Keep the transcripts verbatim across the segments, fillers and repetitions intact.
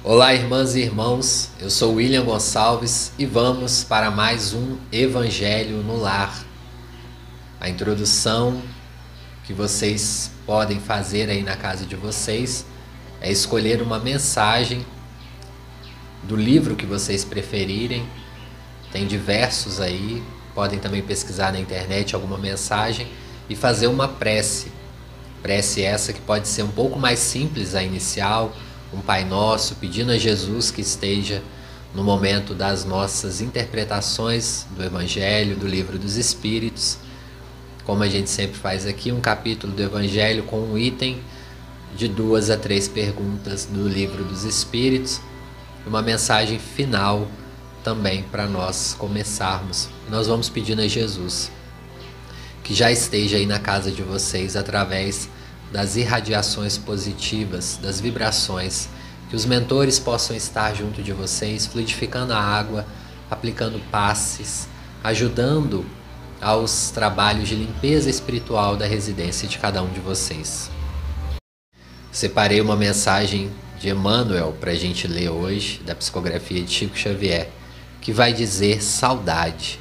Olá, irmãs e irmãos, eu sou William Gonçalves e vamos para mais um Evangelho no Lar. A introdução que vocês podem fazer aí na casa de vocês é escolher uma mensagem do livro que vocês preferirem. Tem diversos aí, podem também pesquisar na internet alguma mensagem e fazer uma prece. Prece essa que pode ser um pouco mais simples a inicial, um Pai Nosso, pedindo a Jesus que esteja no momento das nossas interpretações do Evangelho, do Livro dos Espíritos. Como a gente sempre faz aqui, um capítulo do Evangelho com um item de duas a três perguntas do Livro dos Espíritos, uma mensagem final também para nós começarmos. Nós vamos pedindo a Jesus que já esteja aí na casa de vocês através das irradiações positivas, das vibrações, que os mentores possam estar junto de vocês, fluidificando a água, aplicando passes, ajudando aos trabalhos de limpeza espiritual da residência de cada um de vocês. Separei uma mensagem de Emmanuel para a gente ler hoje, da psicografia de Chico Xavier, que vai dizer saudade.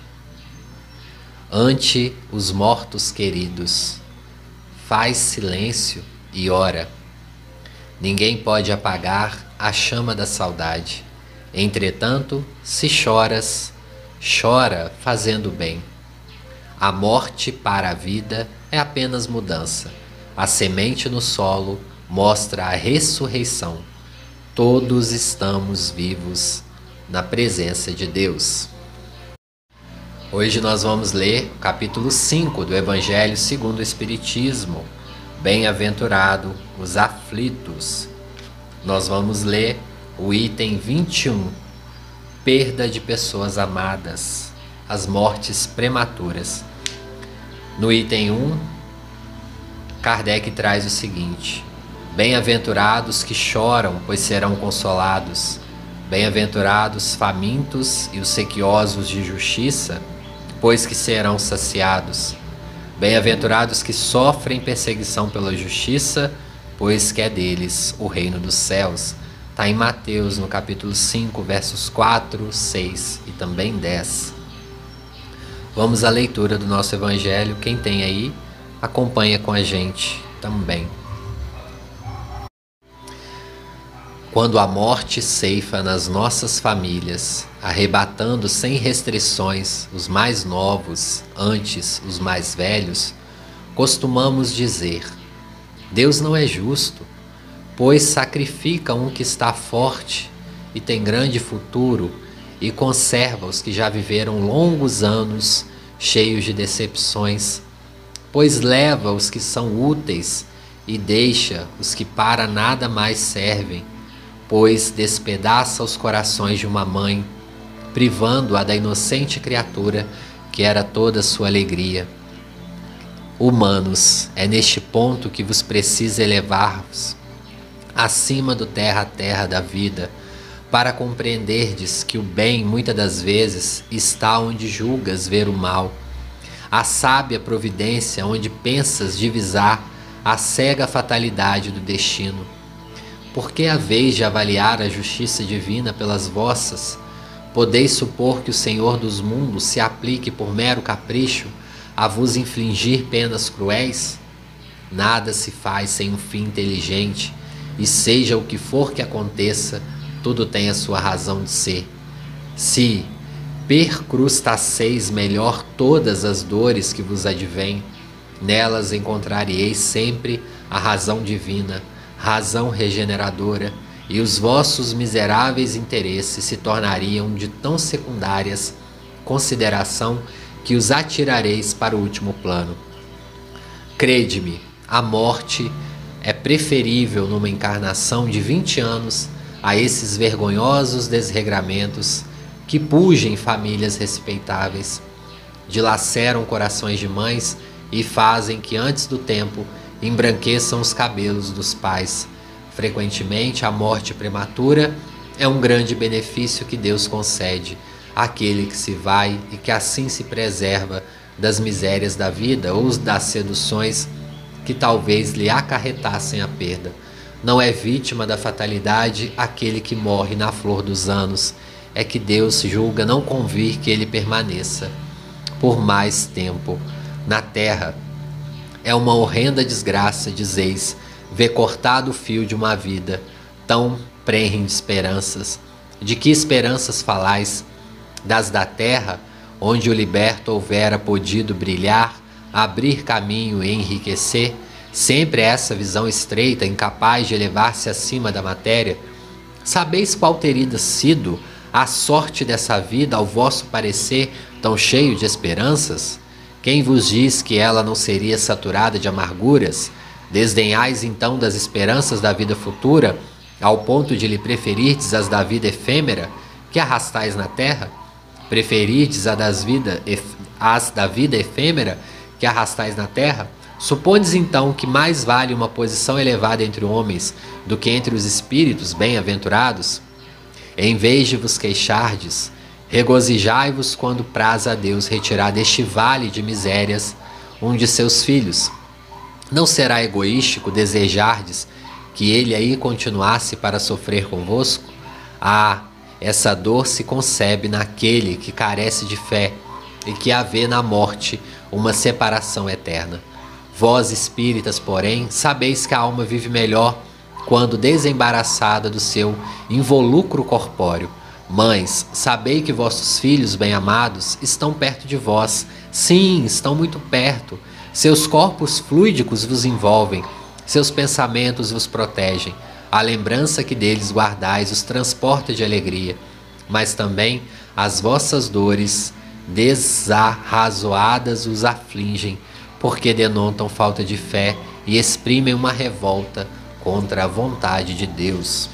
Ante os mortos queridos, faz silêncio e ora. Ninguém pode apagar a chama da saudade. Entretanto, se choras, chora fazendo bem. A morte para a vida é apenas mudança. A semente no solo mostra a ressurreição. Todos estamos vivos na presença de Deus. Hoje nós vamos ler o capítulo cinco do Evangelho segundo o Espiritismo. Bem-aventurado os aflitos. Nós vamos ler o item vinte e um. Perda de pessoas amadas. As mortes prematuras. No item um, Kardec traz o seguinte: Bem-aventurados que choram, pois serão consolados. Bem-aventurados famintos e os sequiosos de justiça, pois que serão saciados. Bem-aventurados que sofrem perseguição pela justiça, pois que é deles o reino dos céus. Está em Mateus, no capítulo cinco, versos quatro, seis e também dez. Vamos à leitura do nosso Evangelho. Quem tem aí, acompanha com a gente também. Quando a morte ceifa nas nossas famílias, arrebatando sem restrições os mais novos, antes os mais velhos, costumamos dizer: Deus não é justo, pois sacrifica um que está forte e tem grande futuro e conserva os que já viveram longos anos cheios de decepções, pois leva os que são úteis e deixa os que para nada mais servem, pois despedaça os corações de uma mãe, privando-a da inocente criatura que era toda sua alegria. Humanos, é neste ponto que vos precisa elevar-vos acima do terra a terra da vida, para compreenderdes que o bem, muitas das vezes, está onde julgas ver o mal, a sábia providência onde pensas divisar a cega fatalidade do destino. Porque a vez de avaliar a justiça divina pelas vossas, podeis supor que o Senhor dos mundos se aplique por mero capricho a vos infligir penas cruéis? Nada se faz sem um fim inteligente, e seja o que for que aconteça, tudo tem a sua razão de ser. Se percrustaceis melhor todas as dores que vos advêm, nelas encontrareis sempre a razão divina, razão regeneradora, e os vossos miseráveis interesses se tornariam de tão secundárias consideração que os atirareis para o último plano. Crede-me, a morte é preferível numa encarnação de vinte anos a esses vergonhosos desregramentos que pugem famílias respeitáveis, dilaceram corações de mães e fazem que antes do tempo embranqueçam os cabelos dos pais. Frequentemente, a morte prematura é um grande benefício que Deus concede àquele que se vai e que assim se preserva das misérias da vida ou das seduções que talvez lhe acarretassem a perda. Não é vítima da fatalidade aquele que morre na flor dos anos. É que Deus julga não convir que ele permaneça por mais tempo na terra. É uma horrenda desgraça, dizeis, ver cortado o fio de uma vida tão prenhe de esperanças. De que esperanças falais? Das da terra, onde o liberto houvera podido brilhar, abrir caminho e enriquecer? Sempre essa visão estreita, incapaz de elevar-se acima da matéria? Sabeis qual teria sido a sorte dessa vida, ao vosso parecer, tão cheio de esperanças? Quem vos diz que ela não seria saturada de amarguras? Desdenhais então das esperanças da vida futura, ao ponto de lhe preferirdes as da vida efêmera, que arrastais na terra? Preferirdes a das vida, as da vida efêmera, que arrastais na terra? Supondes então que mais vale uma posição elevada entre homens do que entre os espíritos bem-aventurados? Em vez de vos queixardes, regozijai-vos quando praz a Deus retirar deste vale de misérias um de seus filhos. Não será egoístico desejardes que ele aí continuasse para sofrer convosco? Ah, essa dor se concebe naquele que carece de fé e que a vê na morte uma separação eterna. Vós, espíritas, porém, sabeis que a alma vive melhor quando desembaraçada do seu involucro corpóreo. Mães, sabei que vossos filhos bem-amados estão perto de vós. Sim, estão muito perto. Seus corpos fluídicos vos envolvem, seus pensamentos vos protegem. A lembrança que deles guardais os transporta de alegria, mas também as vossas dores desarrazoadas os afligem, porque denotam falta de fé e exprimem uma revolta contra a vontade de Deus.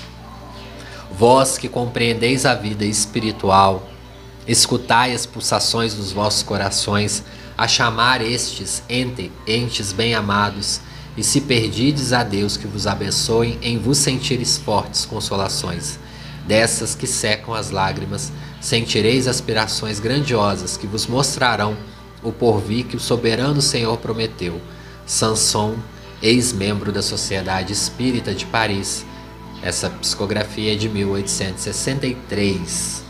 Vós que compreendeis a vida espiritual, escutai as pulsações dos vossos corações, a chamar estes ente, entes bem-amados, e se perdides a Deus que vos abençoe em vos sentires fortes consolações. Dessas que secam as lágrimas, sentireis aspirações grandiosas que vos mostrarão o porvir que o soberano Senhor prometeu. Sanson, ex-membro da Sociedade Espírita de Paris. Essa psicografia é de mil oitocentos e sessenta e três.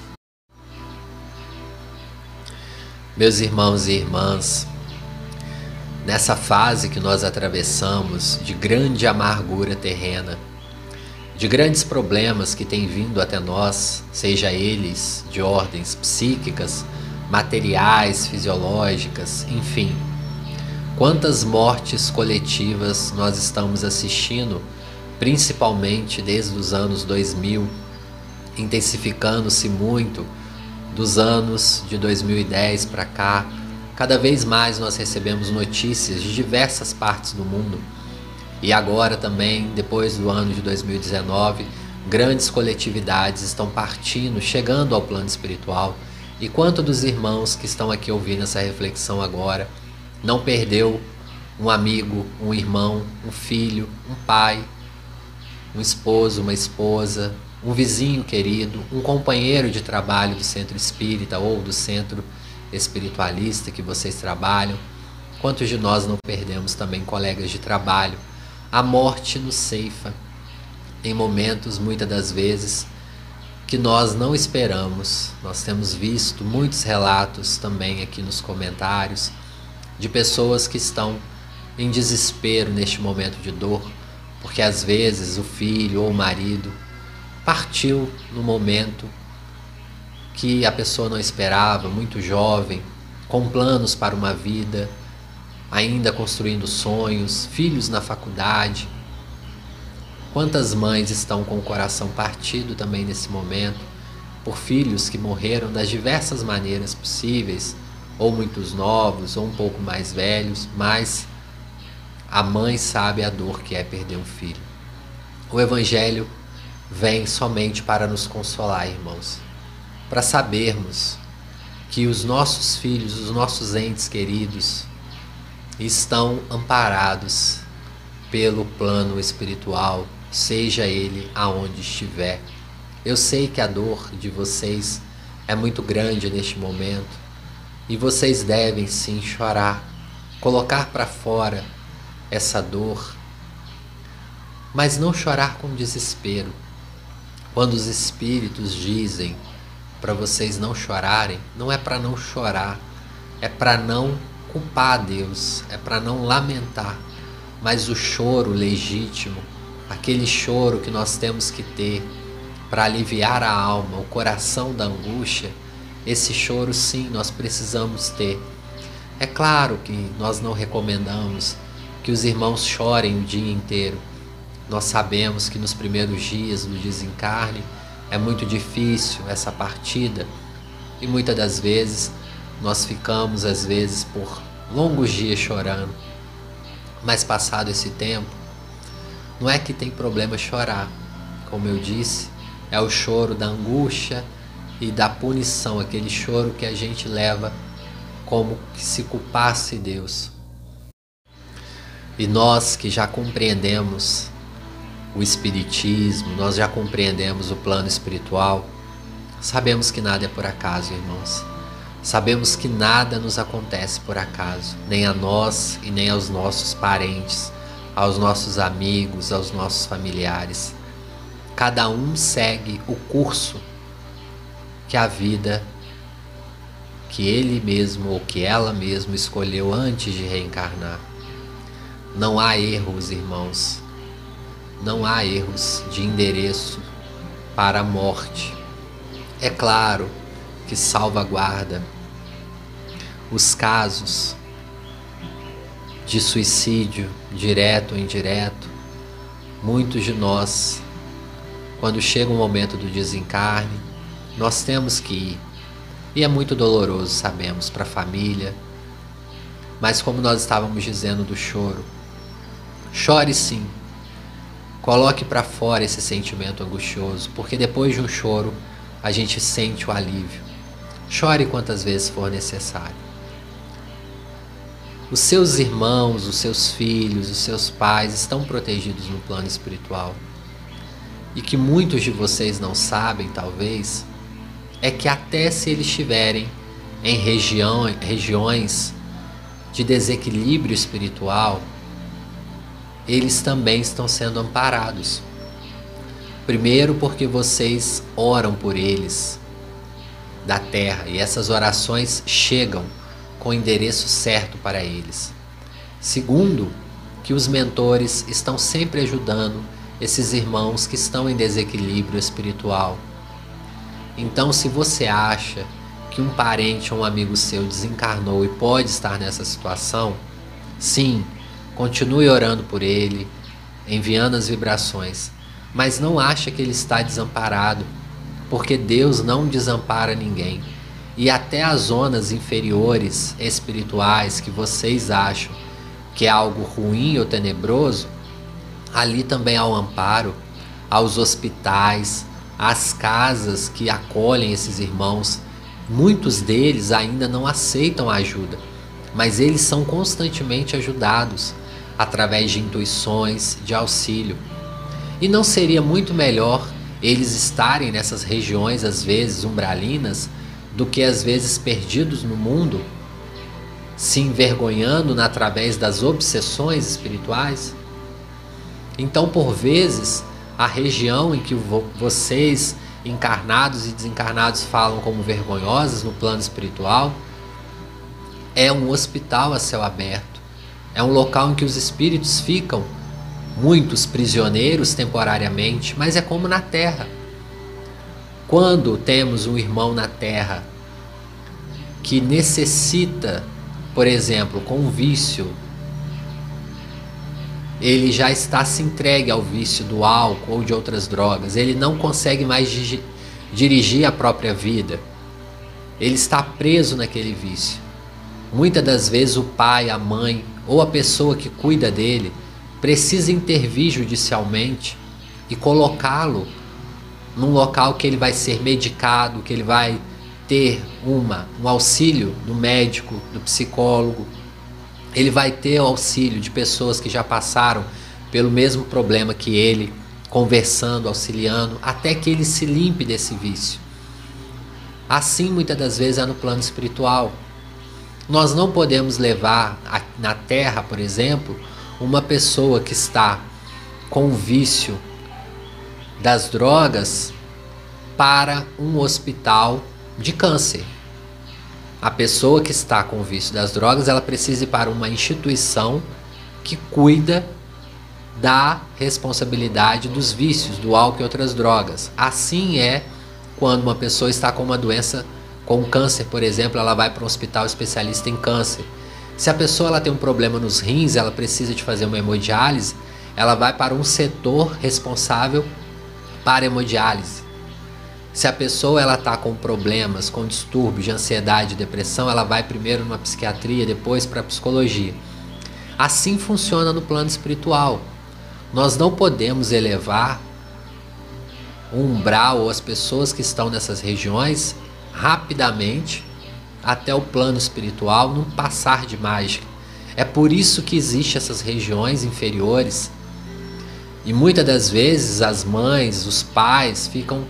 Meus irmãos e irmãs, nessa fase que nós atravessamos de grande amargura terrena, de grandes problemas que têm vindo até nós, seja eles de ordens psíquicas, materiais, fisiológicas, enfim, quantas mortes coletivas nós estamos assistindo, principalmente desde os anos dois mil, intensificando-se muito dos anos de dois mil e dez para cá. Cada vez mais nós recebemos notícias de diversas partes do mundo. E agora também, depois do ano de dois mil e dezenove, grandes coletividades estão partindo, chegando ao plano espiritual. E quanto dos irmãos que estão aqui ouvindo essa reflexão agora não perdeu um amigo, um irmão, um filho, um pai, um esposo, uma esposa, um vizinho querido, um companheiro de trabalho do centro espírita ou do centro espiritualista que vocês trabalham? Quantos de nós não perdemos também colegas de trabalho? A morte nos ceifa em momentos, muitas das vezes, que nós não esperamos. Nós temos visto muitos relatos também aqui nos comentários de pessoas que estão em desespero neste momento de dor, porque às vezes o filho ou o marido partiu no momento que a pessoa não esperava, muito jovem, com planos para uma vida, ainda construindo sonhos, filhos na faculdade. Quantas mães estão com o coração partido também nesse momento, por filhos que morreram das diversas maneiras possíveis, ou muitos novos, ou um pouco mais velhos, mas a mãe sabe a dor que é perder um filho. O Evangelho vem somente para nos consolar, irmãos, para sabermos que os nossos filhos, os nossos entes queridos, estão amparados pelo plano espiritual, seja ele aonde estiver. Eu sei que a dor de vocês é muito grande neste momento e vocês devem sim chorar, colocar para fora essa dor, mas não chorar com desespero. Quando os espíritos dizem para vocês não chorarem, não é para não chorar, é para não culpar a Deus, é para não lamentar, mas o choro legítimo, aquele choro que nós temos que ter para aliviar a alma, o coração da angústia, esse choro sim nós precisamos ter. É claro que nós não recomendamos que os irmãos chorem o dia inteiro. Nós sabemos que nos primeiros dias do desencarne é muito difícil essa partida e muitas das vezes nós ficamos às vezes por longos dias chorando. Mas passado esse tempo, não é que tem problema chorar. Como eu disse, é o choro da angústia e da punição, aquele choro que a gente leva como que se culpasse Deus. E nós que já compreendemos o Espiritismo, nós já compreendemos o plano espiritual, sabemos que nada é por acaso, irmãos. Sabemos que nada nos acontece por acaso, nem a nós e nem aos nossos parentes, aos nossos amigos, aos nossos familiares. Cada um segue o curso que a vida, que ele mesmo ou que ela mesma escolheu antes de reencarnar. Não há erros, irmãos. Não há erros de endereço para a morte. É claro que salvaguarda os casos de suicídio, direto ou indireto. Muitos de nós, quando chega o momento do desencarne, nós temos que ir. E é muito doloroso, sabemos, para a família. Mas como nós estávamos dizendo do choro, chore sim. Coloque para fora esse sentimento angustioso, porque depois de um choro, a gente sente o alívio. Chore quantas vezes for necessário. Os seus irmãos, os seus filhos, os seus pais estão protegidos no plano espiritual. E que muitos de vocês não sabem, talvez, é que até se eles estiverem em região, regiões de desequilíbrio espiritual, eles também estão sendo amparados. Primeiro porque vocês oram por eles da terra e essas orações chegam com o endereço certo para eles. Segundo, que os mentores estão sempre ajudando esses irmãos que estão em desequilíbrio espiritual. Então, se você acha que um parente ou um amigo seu desencarnou e pode estar nessa situação, sim, continue orando por ele, enviando as vibrações, mas não acha que ele está desamparado, porque Deus não desampara ninguém. E até as zonas inferiores espirituais que vocês acham que é algo ruim ou tenebroso, ali também há o amparo, aos hospitais, às casas que acolhem esses irmãos. Muitos deles ainda não aceitam a ajuda, mas eles são constantemente ajudados através de intuições, de auxílio. E não seria muito melhor eles estarem nessas regiões, às vezes umbralinas, do que às vezes perdidos no mundo, se envergonhando através das obsessões espirituais? Então, por vezes, a região em que vocês, encarnados e desencarnados, falam como vergonhosas no plano espiritual, é um hospital a céu aberto. É um local em que os espíritos ficam, muitos prisioneiros temporariamente, mas é como na terra. Quando temos um irmão na terra que necessita, por exemplo, com um vício, ele já está se entregue ao vício do álcool ou de outras drogas, ele não consegue mais dirigir a própria vida, ele está preso naquele vício. Muitas das vezes o pai, a mãe ou a pessoa que cuida dele precisa intervir judicialmente e colocá-lo num local que ele vai ser medicado, que ele vai ter uma, um auxílio do médico, do psicólogo. Ele vai ter o auxílio de pessoas que já passaram pelo mesmo problema que ele, conversando, auxiliando, até que ele se limpe desse vício. Assim, muitas das vezes, é no plano espiritual. Nós não podemos levar na terra, por exemplo, uma pessoa que está com o vício das drogas para um hospital de câncer. A pessoa que está com o vício das drogas, ela precisa ir para uma instituição que cuida da responsabilidade dos vícios, do álcool e outras drogas. Assim é quando uma pessoa está com uma doença, com câncer, por exemplo, ela vai para um hospital especialista em câncer. Se a pessoa ela tem um problema nos rins, ela precisa de fazer uma hemodiálise, ela vai para um setor responsável para hemodiálise. Se a pessoa ela está com problemas, com distúrbios de ansiedade e depressão, ela vai primeiro numa psiquiatria, depois para a psicologia. Assim funciona no plano espiritual. Nós não podemos elevar o umbral ou as pessoas que estão nessas regiões rapidamente até o plano espiritual num passar de mágica. É por isso que existem essas regiões inferiores e muitas das vezes as mães, os pais ficam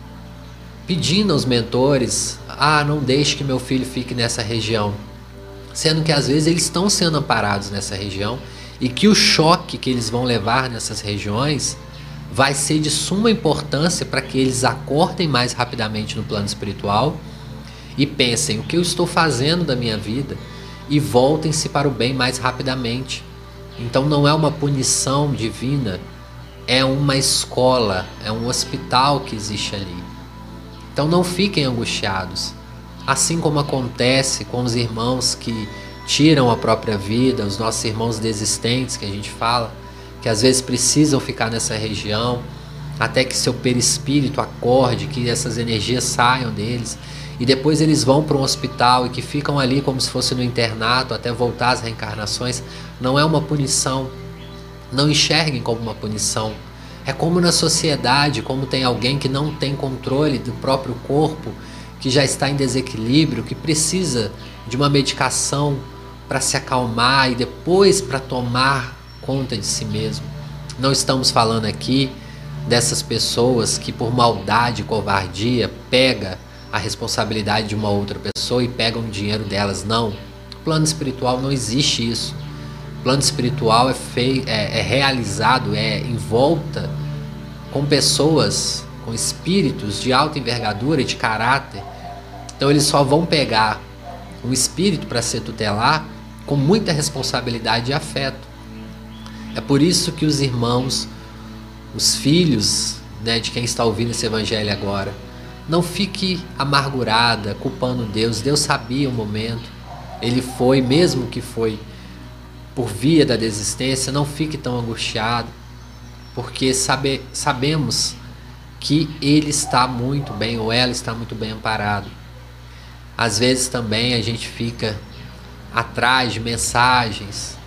pedindo aos mentores: ah, não deixe que meu filho fique nessa região, sendo que às vezes eles estão sendo amparados nessa região e que o choque que eles vão levar nessas regiões vai ser de suma importância para que eles acordem mais rapidamente no plano espiritual e pensem: o que eu estou fazendo da minha vida? E voltem-se para o bem mais rapidamente. Então não é uma punição divina, é uma escola, é um hospital que existe ali. Então não fiquem angustiados. Assim como acontece com os irmãos que tiram a própria vida, os nossos irmãos desistentes que a gente fala, que às vezes precisam ficar nessa região até que seu perispírito acorde, que essas energias saiam deles, e depois eles vão para um hospital e que ficam ali como se fosse no internato até voltar às reencarnações. Não é uma punição, não enxerguem como uma punição. É como na sociedade, como tem alguém que não tem controle do próprio corpo, que já está em desequilíbrio, que precisa de uma medicação para se acalmar e depois para tomar conta de si mesmo. Não estamos falando aqui dessas pessoas que por maldade e covardia pega a responsabilidade de uma outra pessoa e pegam o dinheiro delas. Não. No plano espiritual não existe isso. O plano espiritual é, fei- é, é realizado, é em volta com pessoas, com espíritos de alta envergadura e de caráter. Então eles só vão pegar um espírito para se tutelar com muita responsabilidade e afeto. É por isso que os irmãos, os filhos, né, de quem está ouvindo esse evangelho agora, não fique amargurada, culpando Deus. Deus sabia o momento. Ele foi, mesmo que foi por via da desistência, não fique tão angustiado, porque sabe, sabemos que ele está muito bem, ou ela está muito bem amparado. Às vezes também a gente fica atrás de mensagens,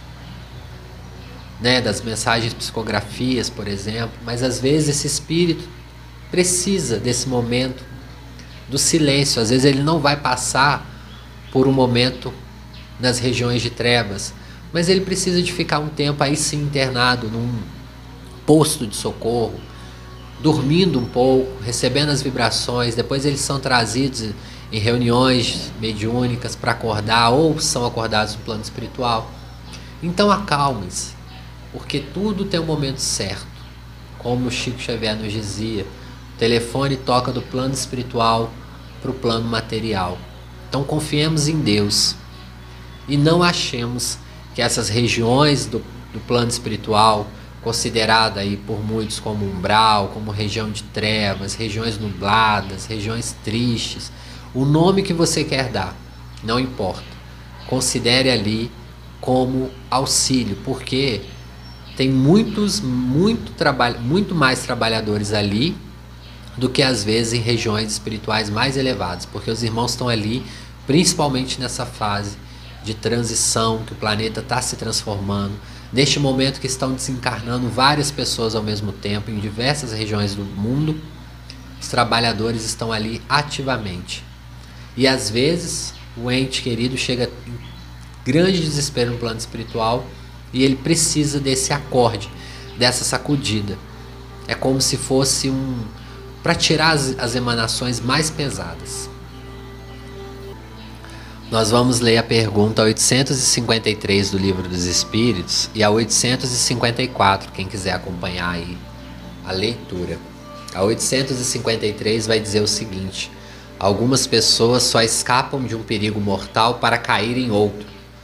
né, das mensagens psicografias, por exemplo, mas às vezes esse espírito precisa desse momento do silêncio. Às vezes ele não vai passar por um momento nas regiões de trevas, mas ele precisa de ficar um tempo aí sim internado num posto de socorro, dormindo um pouco, recebendo as vibrações. Depois eles são trazidos em reuniões mediúnicas para acordar, ou são acordados no plano espiritual. Então acalmem-se, porque tudo tem um momento certo. Como o Chico Xavier nos dizia, o telefone toca do plano espiritual para o plano material. Então confiemos em Deus e não achemos que essas regiões do, do plano espiritual, considerada aí por muitos como umbral, como região de trevas, regiões nubladas, regiões tristes, o nome que você quer dar, não importa. Considere ali como auxílio, porque tem muitos, muito, traba- muito mais trabalhadores ali do que às vezes em regiões espirituais mais elevadas, porque os irmãos estão ali principalmente nessa fase de transição, que o planeta está se transformando, neste momento que estão desencarnando várias pessoas ao mesmo tempo em diversas regiões do mundo. Os trabalhadores estão ali ativamente, e às vezes o ente querido chega em grande desespero no plano espiritual e ele precisa desse acorde, dessa sacudida. É como se fosse um para tirar as, as emanações mais pesadas. Nós vamos ler a pergunta oitocentos e cinquenta e três do Livro dos Espíritos e a oitocentos e cinquenta e quatro, quem quiser acompanhar aí a leitura. A oitocentos e cinquenta e três vai dizer o seguinte: algumas pessoas só escapam de um perigo mortal para cair em outro.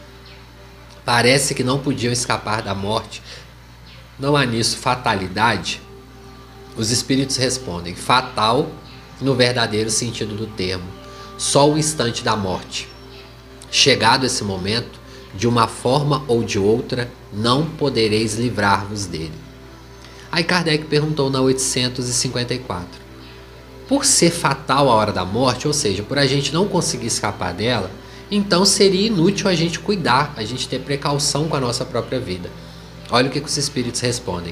Parece que não podiam escapar da morte. Não há nisso fatalidade? Os espíritos respondem: fatal no verdadeiro sentido do termo, só o instante da morte. Chegado esse momento, de uma forma ou de outra, não podereis livrar-vos dele. Aí Kardec perguntou na oitocentos e cinquenta e quatro: por ser fatal a hora da morte, ou seja, por a gente não conseguir escapar dela, então seria inútil a gente cuidar, a gente ter precaução com a nossa própria vida. Olha o que os espíritos respondem: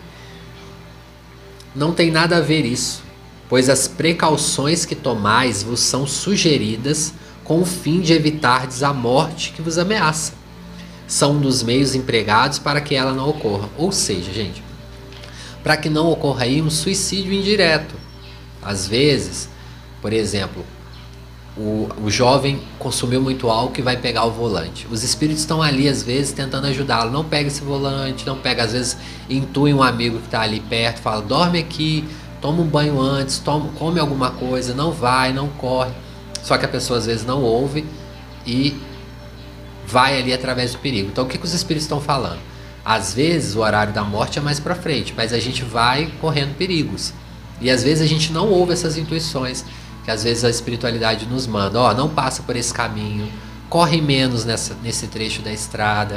não tem nada a ver isso, pois as precauções que tomais vos são sugeridas com o fim de evitardes a morte que vos ameaça. São um dos meios empregados para que ela não ocorra. Ou seja, gente, para que não ocorra aí um suicídio indireto. Às vezes, por exemplo, o, o jovem consumiu muito álcool e vai pegar o volante. Os espíritos estão ali, às vezes, tentando ajudá-lo. Não pega esse volante, não pega. Às vezes, intui um amigo que está ali perto, fala: dorme aqui, toma um banho antes, toma, come alguma coisa, não vai, não corre. Só que a pessoa, às vezes, não ouve e vai ali através do perigo. Então, o que, que os espíritos estão falando? Às vezes, o horário da morte é mais para frente, mas a gente vai correndo perigos. E, às vezes, a gente não ouve essas intuições, que às vezes a espiritualidade nos manda: ó, oh, não passa por esse caminho, corre menos nessa, nesse trecho da estrada,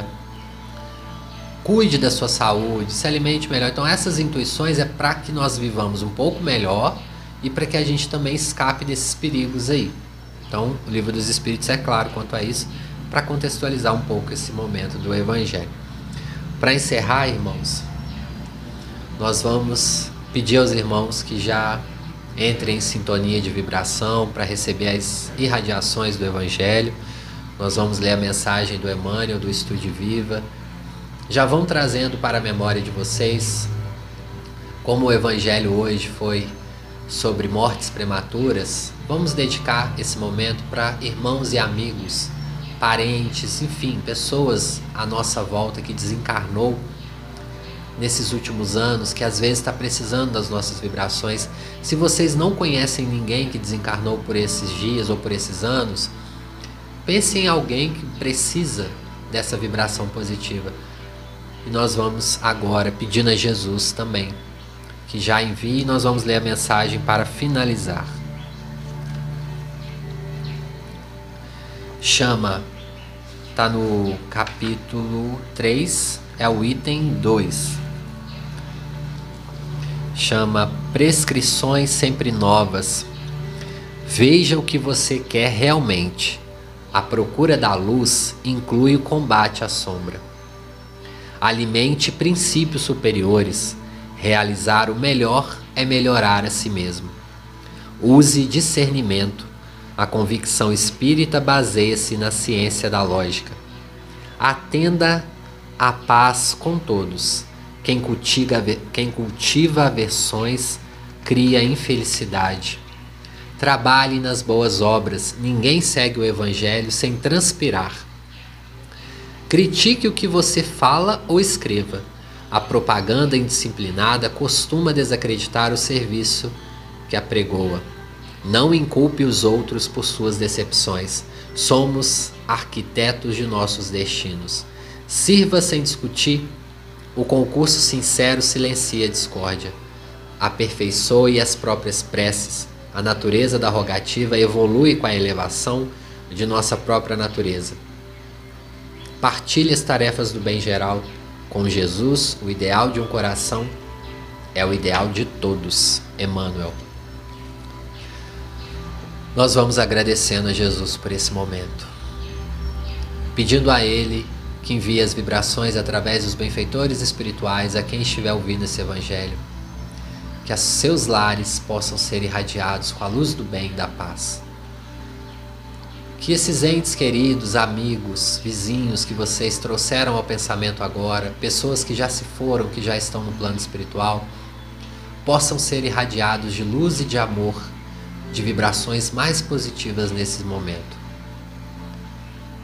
cuide da sua saúde, se alimente melhor. Então essas intuições é para que nós vivamos um pouco melhor e para que a gente também escape desses perigos aí. Então o Livro dos Espíritos é claro quanto a isso, para contextualizar um pouco esse momento do Evangelho. Para encerrar, irmãos, nós vamos pedir aos irmãos que já entrem em sintonia de vibração para receber as irradiações do Evangelho. Nós vamos ler a mensagem do Emmanuel, do Estude Viva. Já vão trazendo para a memória de vocês, como o Evangelho hoje foi sobre mortes prematuras, vamos dedicar esse momento para irmãos e amigos, parentes, enfim, pessoas à nossa volta que desencarnou nesses últimos anos, que às vezes está precisando das nossas vibrações. Se vocês não conhecem ninguém que desencarnou por esses dias ou por esses anos, pense em alguém que precisa dessa vibração positiva. E nós vamos agora pedindo a Jesus também que já envie, e nós vamos ler a mensagem para finalizar. Chama, está no capítulo três, é o item dois. Chama Prescrições Sempre Novas. Veja o que você quer realmente. A procura da luz inclui o combate à sombra. Alimente princípios superiores. Realizar o melhor é melhorar a si mesmo. Use discernimento. A convicção espírita baseia-se na ciência da lógica. Atenda à paz com todos. Quem cultiva, quem cultiva aversões cria infelicidade. Trabalhe nas boas obras. Ninguém segue o Evangelho sem transpirar. Critique o que você fala ou escreva. A propaganda indisciplinada costuma desacreditar o serviço que apregoa. Não inculpe os outros por suas decepções. Somos arquitetos de nossos destinos. Sirva sem discutir. O concurso sincero silencia a discórdia. Aperfeiçoe as próprias preces. A natureza da rogativa evolui com a elevação de nossa própria natureza. Partilhe as tarefas do bem geral. Com Jesus, o ideal de um coração é o ideal de todos. Emmanuel. Nós vamos agradecendo a Jesus por esse momento, pedindo a Ele que envie as vibrações através dos benfeitores espirituais a quem estiver ouvindo esse Evangelho, que os seus lares possam ser irradiados com a luz do bem e da paz. Que esses entes queridos, amigos, vizinhos que vocês trouxeram ao pensamento agora, pessoas que já se foram, que já estão no plano espiritual, possam ser irradiados de luz e de amor, de vibrações mais positivas nesse momento.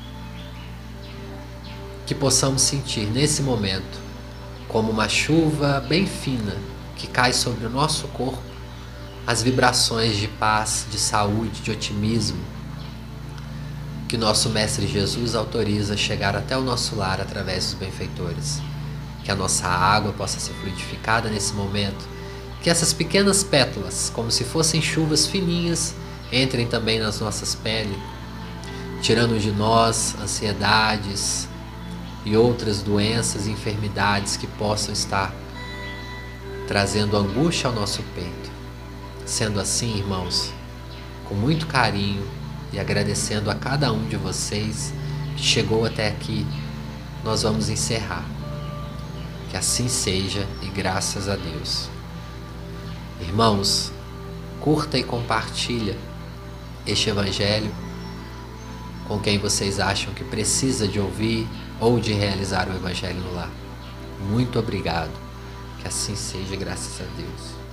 que possamos sentir nesse momento como uma chuva bem fina que cai sobre o nosso corpo, as vibrações de paz, de saúde, de otimismo que nosso Mestre Jesus autoriza chegar até o nosso lar através dos benfeitores. Que a nossa água possa ser fluidificada nesse momento, que essas pequenas pétalas, como se fossem chuvas fininhas, entrem também nas nossas peles, tirando de nós ansiedades e outras doenças e enfermidades que possam estar trazendo angústia ao nosso peito. Sendo assim, irmãos, com muito carinho e agradecendo a cada um de vocês que chegou até aqui, nós vamos encerrar. Que assim seja e graças a Deus. Irmãos, curta e compartilha este evangelho com quem vocês acham que precisa de ouvir ou de realizar o evangelho no lar. Muito obrigado. Que assim seja, graças a Deus.